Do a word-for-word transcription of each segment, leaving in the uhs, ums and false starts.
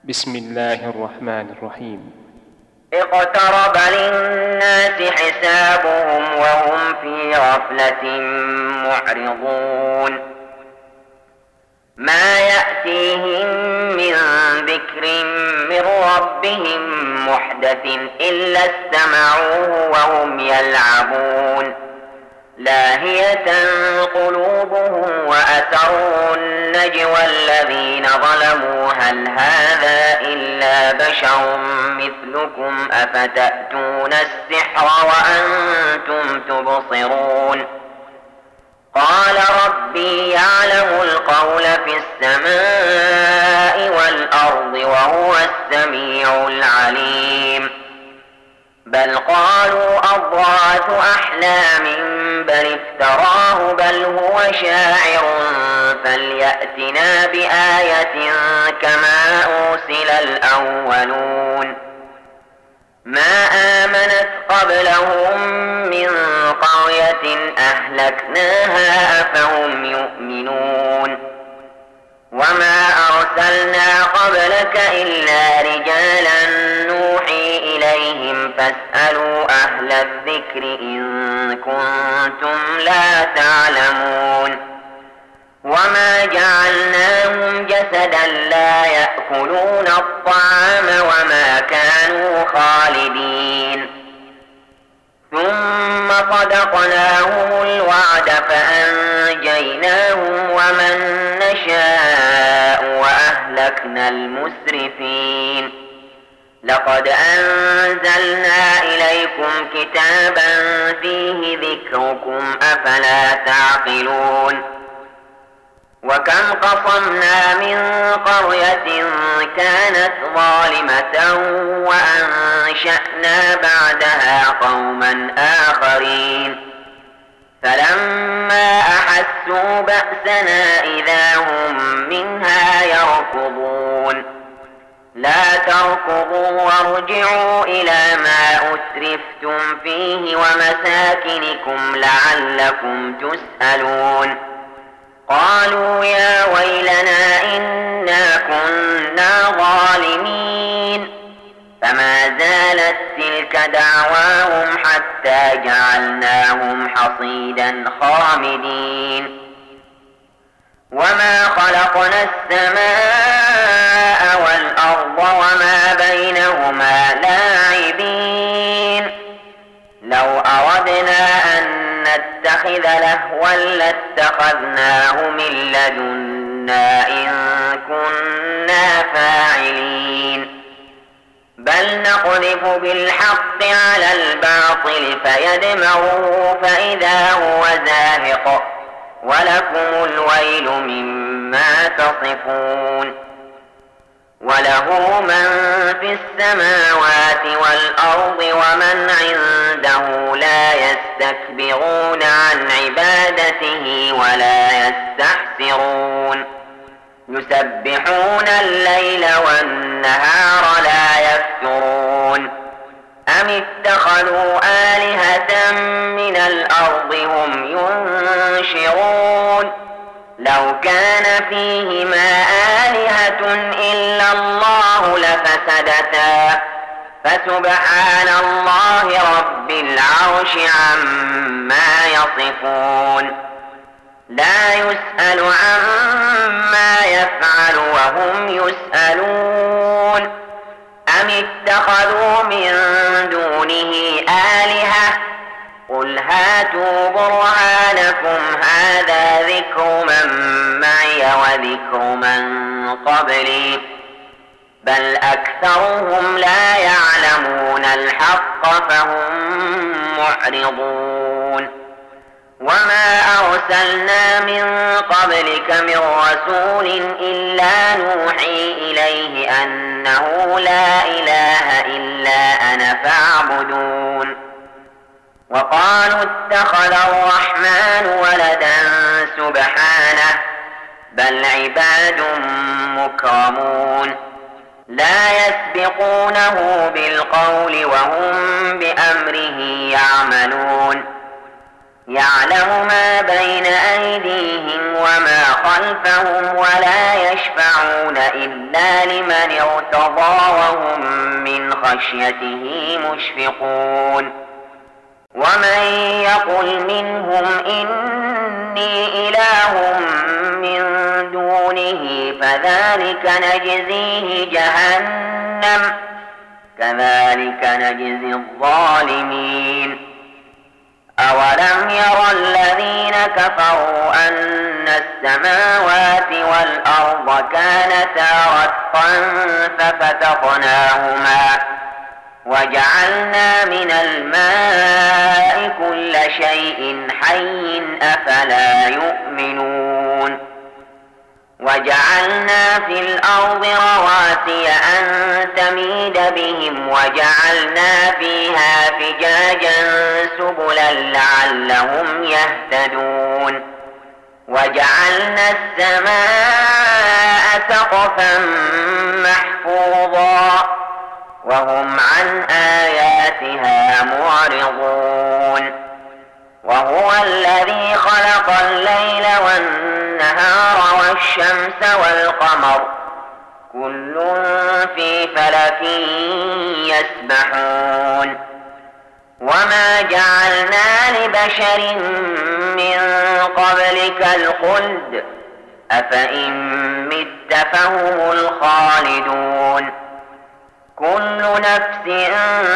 بسم الله الرحمن الرحيم. اقترب للناس حسابهم وهم في غفلة معرضون ما يأتيهم من ذكر من ربهم محدث إلا استمعوه وهم يلعبون لاهية قلوبهم وأسروا النجوى الذين ظلموا هل هذا إلا بشر مثلكم أفتأتون السحر وأنتم تبصرون قال ربي يعلم القول في السماء والأرض وهو السميع العليم بل قالوا أضغاث أحلام بل افتراه بل هو شاعر فليأتنا بآية كما أرسل الأولون ما آمنت قبلهم من قرية أهلكناها أفهم يؤمنون وما أرسلنا قبلك إلا رجالا نوحي إليهم فاسألوا أهل الذكر إن كنتم لا تعلمون وما جعلناهم جسدا لا يأكلون الطعام وما كانوا خالدين ثم صدقناهم الوعد فأنجيناهم ومن نشاء وأهلكنا المسرفين لقد أنزلنا إليكم كتابا فيه ذكركم أفلا تعقلون وكم قصمنا من قرية كانت ظالمة وأنشأنا بعدها قوما آخرين فلما أحسوا بأسنا إذا هم منها يركضون لا تركضوا وارجعوا إلى ما أسرفتم فيه ومساكنكم لعلكم تسألون قالوا يا ويلنا إنا كنا ظالمين فما زالت تلك دعواهم حتى جعلناهم حصيدا خامدين وما خلقنا السماء والأرض وما بينهما لاعبين لو أردنا أن نتخذ لهوا لاتخذناه من لدنا إن كنا فاعلين بل نقذف بالحق على الباطل فيدمغه فإذا هو زاهق ولكم الويل مما تصفون وله من في السماوات والأرض ومن عنده لا يستكبرون عن عبادته ولا يستحسرون يسبحون الليل والنهار لا يفترون أم اتخذوا آلهة من الأرض هم ينشرون لو كان فيهما آلهة إلا الله لفسدتا فسبحان الله رب العرش عما يصفون لا يسأل عما يفعل وهم يسألون أم اتخذوا من دونه آلهة قل هاتوا برهانكم هذا ذكر من معي وذكر من قبلي بل أكثرهم لا يعلمون الحق فهم معرضون وما أرسلنا من قبلك من رسول إلا نوحي إليه أنه لا إله إلا أنا فاعبدون وقالوا اتخذ الرحمن ولدا سبحانه بل عباد مكرمون لا يسبقونه بالقول وهم بأمره يعملون يعلم ما بين أيديهم وما خلفهم ولا يشفعون إلا لمن ارتضى وهم من خشيته مشفقون ومن يقل منهم إني إله من دونه فذلك نجزيه جهنم كذلك نجزي الظالمين أولم ير الذين كفروا أن السماوات والأرض كانتا رتقا ففتقناهما وجعلنا من الماء كل شيء حي أفلا يؤمنون وجعلنا في الأرض رواسي أن تميد بهم وجعلنا فيها فجاجا سبلا لعلهم يهتدون وجعلنا السماء سقفا محفوظا وهم عن آياتها معرضون وهو الذي خلق الليل والنهار والشمس والقمر كل في فلك يسبحون وما جعلنا لبشر من قبلك الخلد أفإن مت فهم الخالدون كل نفس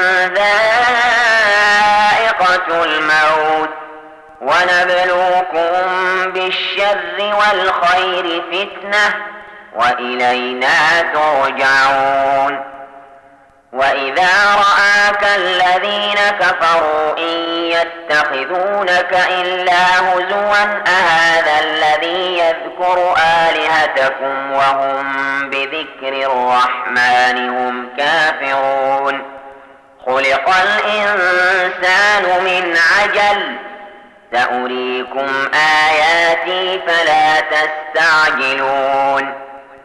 ذائقة الموت ونبلوكم بالشر والخير فتنة وإلينا ترجعون وإذا رآك الذين كفروا إن يتخذونك إلا هزوا أهذا الذي يذكر آلهتكم وهم بذكر الرحمن هم كافرون خلق الإنسان من عجل سأريكم آياتي فلا تستعجلون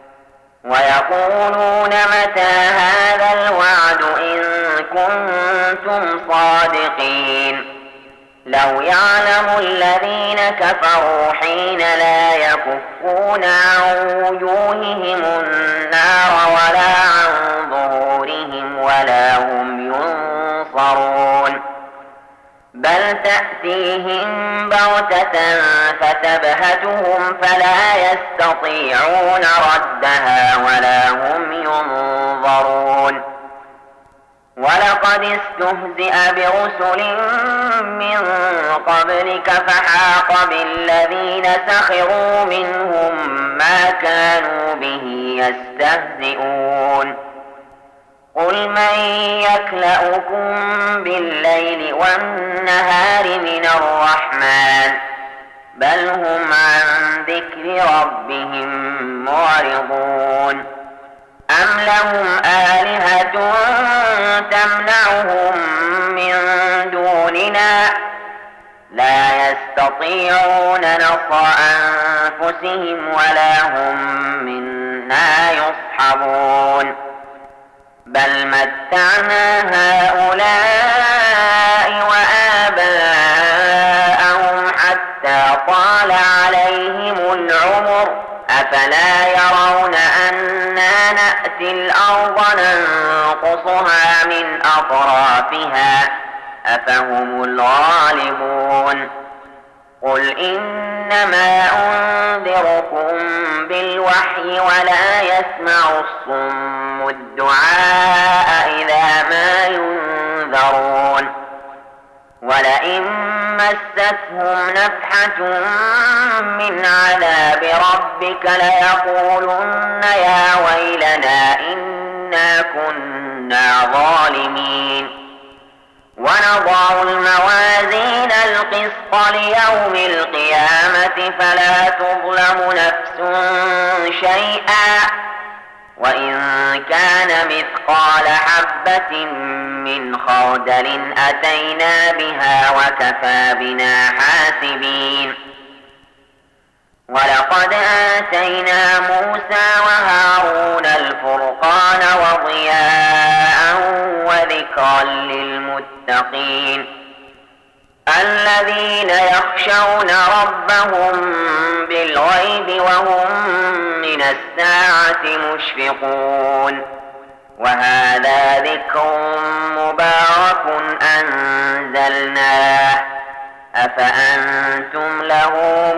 ويقولون متى هذا الوعد إن كنتم صادقين لو يعلم الذين كفروا حين لا يكفون عن وجوههم النار ولا عن ظهورهم ولا هم ينصرون بل تأتيهم بغتة فتبهتهم فلا يستطيعون ردها ولا هم ينظرون ولقد استهزئ برسل من قبلك فحاق بالذين سخروا منهم ما كانوا به يستهزئون قل من يكلؤكم بالليل والنهار من الرحمن بل هم عن ذكر ربهم معرضون أم لهم آلهة تمنعهم من دوننا لا يستطيعون نصر أنفسهم ولا هم منا يصحبون بل متعنا هؤلاء وآباءهم حتى طال عليهم العمر أفلا يرون أنا نأتي الأرض ننقصها من أطرافها أفهم الغالبون قل إنما أنذركم بالوحي ولا يسمع الصم الدعاء إذا ما ينذرون ولئن مستهم نفحة من عذاب ربك ليقولن يا ويلنا إنا كنا ظالمين ونضع الموازين القسط ليوم القيامة فلا تظلم نفس شيئا وإن كان مثقال حبة من خردل أتينا بها وكفى بنا حاسبين ولقد آتينا موسى وهارون الفرقان وضياء وذكرا للمتقين الذين يخشون ربهم بالغيب وهم من الساعة مشفقون وهذا ذكر مبارك أنزلناه أفأنتم له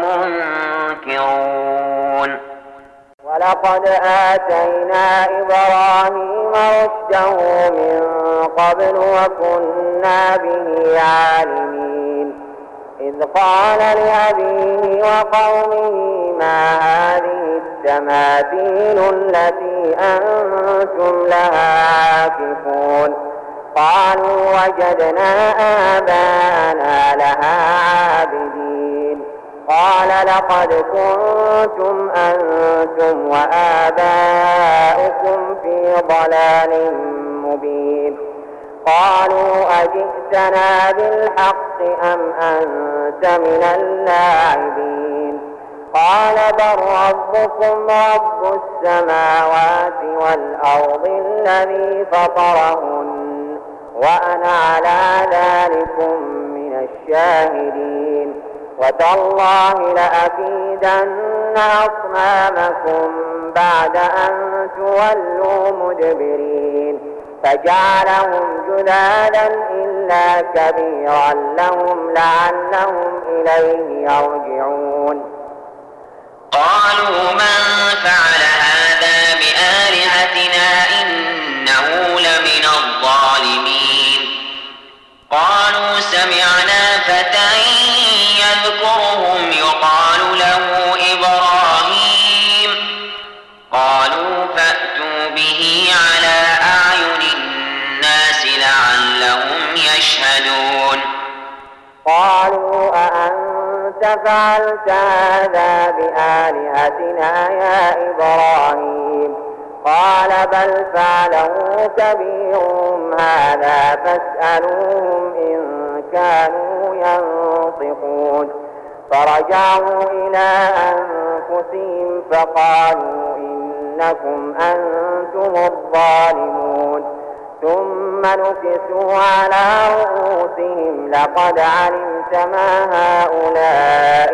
منكرون ولقد آتينا إبراهيم رشده من قبل وكنا به عالمين إذ قال لأبيه وقومه ما هذه التماثيل التي أنتم لها عاكفون قالوا وجدنا آباءنا لها عابدين قال لقد كنتم أنتم وآباؤكم في ضلال مبين قالوا أجئتنا بالحق أم أنت من اللاعبين قال بل ربكم رب السماوات والأرض الذي فطرهن وأنا على ذلكم من الشاهدين وتالله لأكيدن أصنامكم بعد أن تولوا مدبرين فجعلهم جذاذا إلا كبيرا لهم لعلهم إليه يرجعون قالوا من فعل هذا بآلهتنا إنه لمن الظالمين قالوا سمعنا فتى يذكرهم يقال له إبراهيم قالوا فأتوا به على أعين الناس لعلهم يشهدون قالوا أأنت فعلت هذا بآلهتنا يا إبراهيم قال بل فعله كبيرهم هذا فاسألوهم إن كانوا ينطقون فرجعوا إلى أنفسهم فقالوا إنكم أنتم الظالمون ثم نكسوا على رؤوسهم لقد علمت ما هؤلاء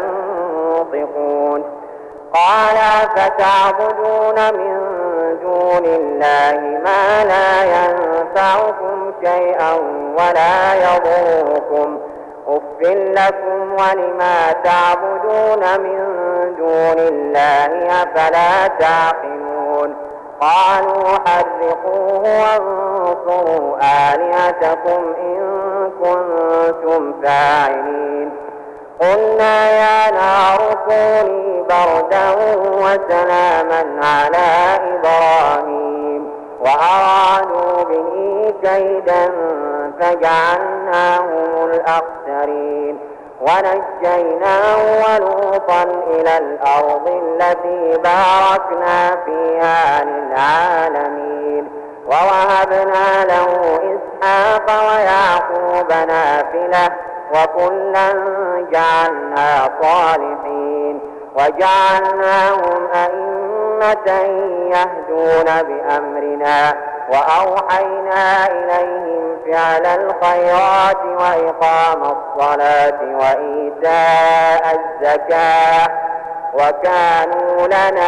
ينطقون قال فتعبدون من دون الله ما لا ينفعكم شيئا ولا يضركم أف لكم ولما تعبدون من دون الله أفلا تعقلون قالوا حرقوه وانصروا آلهتكم إن كنتم فاعلين قلنا يا نار كوني بردا وسلاما على إبراهيم وأرادوا به كيدا فجعلناهم الأخسرين ونجيناه ولوطا إلى الأرض التي باركنا فيها للعالمين ووهبنا له إسحاق ويعقوب نافلة وكلا جعلنا صالحين وجعلناهم أئمة يهدون بأمرنا وأوحينا إليهم فعل الخيرات وإقام الصلاة وإيتاء الزكاة وكانوا لنا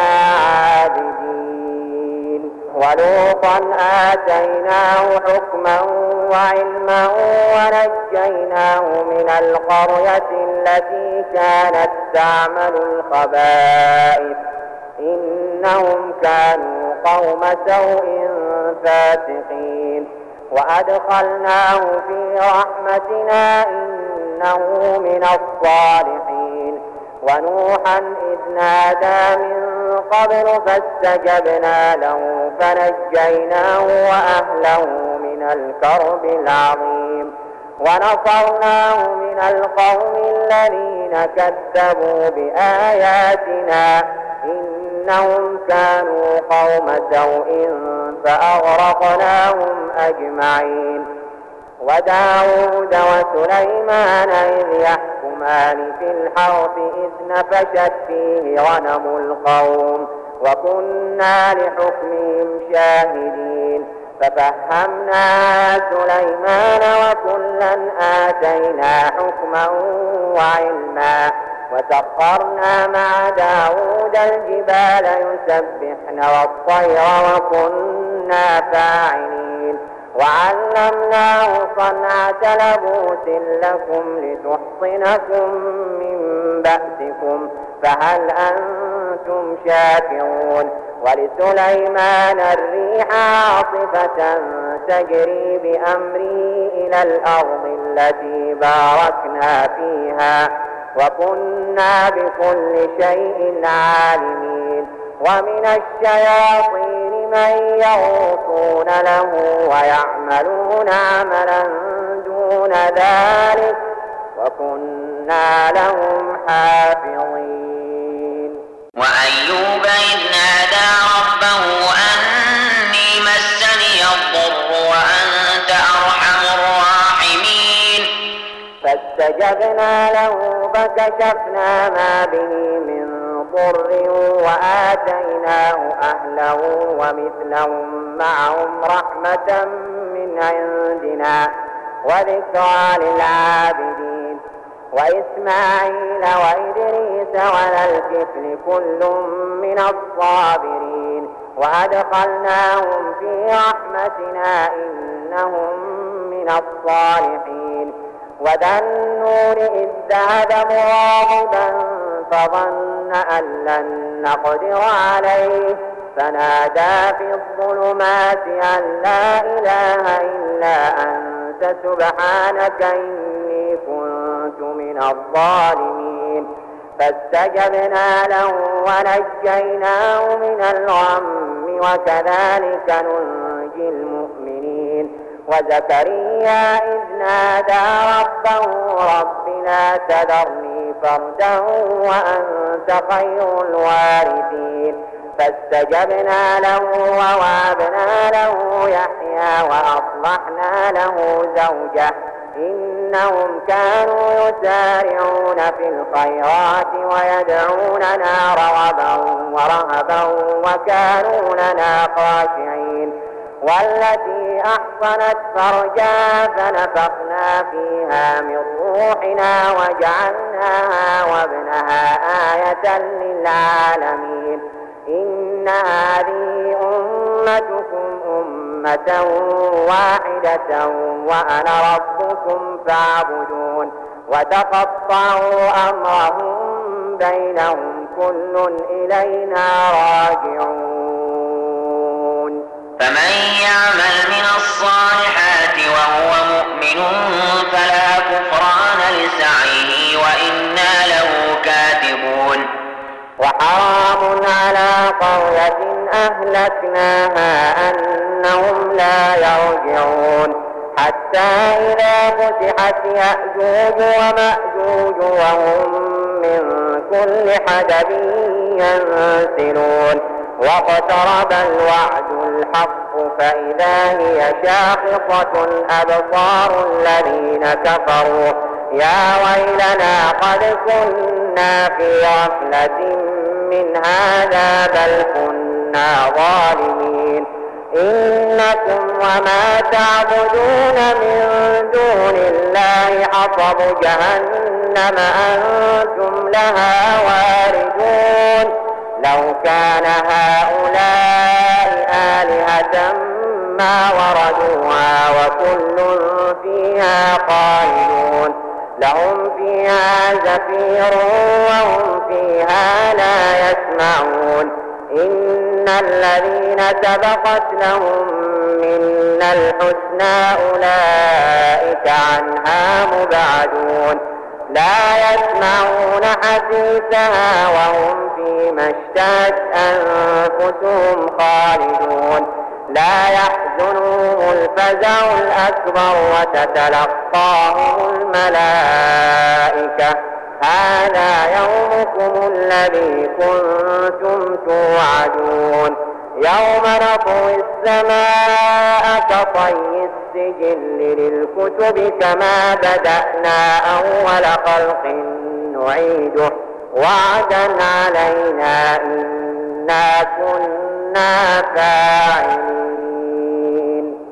عابدين ولوطا آتيناه حكما وعلما ونجيناه من القرية التي كانت تعمل الخبائث إنهم كانوا قوم سوء فاسقين وأدخلناه في رحمتنا إنه من الصالحين ونوحا إذ نادى من قبل فاستجبنا له فنجيناه وأهله من الكرب العظيم ونصرناه من القوم الذين كذبوا بآياتنا إنهم كانوا قوم سوء فأغرقناهم أجمعين وداود وسليمان إذ يحكمان في الحرث إذ نفشت فيه غنم القوم وكنا لحكمهم شاهدين ففهمنا سليمان وكلا آتينا حكما وعلما وسخرنا مع داود الجبال يسبحن والطير وكنا فاعلين وعلمناه صنعة لبوس لكم لتحصنكم من بأسكم فهل أنتم شاكرون ولسليمان الريح عاصفة تجري بأمره إلى الأرض التي باركنا فيها وكنا بكل شيء عالمين ومن الشياطين من يغوصون له ويعملون عملا دون ذلك وكنا لهم حافظين. وأيوب إذ نادى ربه أني مسني الضر وأنت أرحم الراحمين فاستجبنا له فكشفنا ما به من ضر وآتيناه أهله ومثلهم معهم رحمة من عندنا وذكرى للعابدين وإسماعيل وإدريس وذا الكفل كل من الصابرين وأدخلناهم في رحمتنا إنهم من الصالحين وذا النور إذ ذهب مغاضبا فظن أن لن نقدر عليه فنادى في الظلمات أن لا إله إلا أنت سبحانك إني كنت من الظالمين فاستجبنا له ونجيناه من الغم وكذلك ننجي المؤمنين وزكريا إذ نادى ربه رب لا تذرني فردا وأنت خير الوارثين فاستجبنا له ووهبنا له يحيى وأصلحنا له زوجه إنهم كانوا يسارعون في الخيرات ويدعوننا رغبا ورهبا وكانوا لنا خاشعين والتي أحصنت فرجها فنفخنا فيها من روحنا وجعلناها وابنها آية للعالمين إن هذه أمتكم أمة واحدة وأنا ربكم فاعبدون وتقطعوا أمرهم بينهم كل إلينا راجعون. فمن يعمل من الصالحات وهو مؤمن فلا كفران لسعيه وإنا له كاتبون. وحرام على قرية أهلكناها أنهم لا يرجعون حتى إذا فتحت يأجوج ومأجوج وهم من كل حدب ينسلون واقترب الوعد الحق فإذا هي شاخصة أبصار الذين كفروا يا ويلنا قد كنا في غفلة من هذا بل كنا ظالمين إنكم وما تعبدون من دون الله حصب جهنم أنتم لها واردون لو كان هؤلاء آلهة ما وردوها وكل فيها خالدون لهم فيها زفير وهم فيها لا يسمعون إن الذين سبقت لهم منا الحسنى أولئك عنها مبعدون لا يسمعون حسيسها وهم فيما اشتهت أنفسهم خالدون لا يحزنهم الفزع الأكبر وتتلقاهم الملائكة هذا يومكم الذي كنتم توعدون يوم نطوي السماء كطي السجل للكتب كما بدأنا أول خلق نعيده وعدا علينا إنا كنا فاعلين.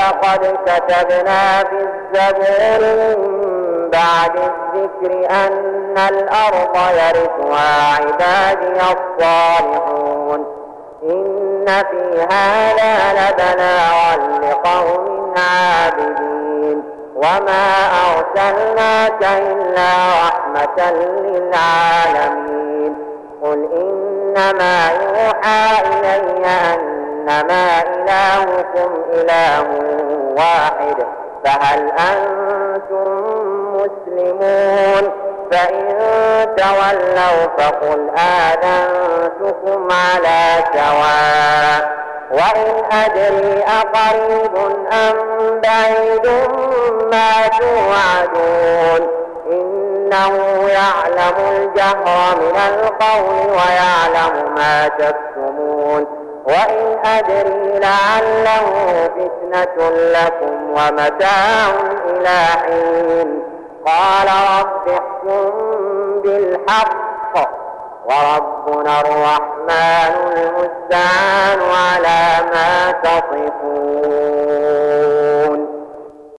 ولقد كتبنا في الزبور من بعد الذكر أن الأرض يرثها عبادي الصالحون إن في هذا لبلاغا لقوم عابدين وما أرسلناك إلا رحمة للعالمين قل إنما يوحى إلي أنما إلهكم إله واحد فهل أنتم مسلمون فإن تولوا فقل آذنتكم على سواء وإن أدري أقريب أم بعيد ما توعدون إنه يعلم الجهر من القول ويعلم ما تكتمون وإن أدري لعله فتنة لكم ومتاع إلى حين قال رب احكم بالحق وربنا الرحمن المستعان على ما تصفون.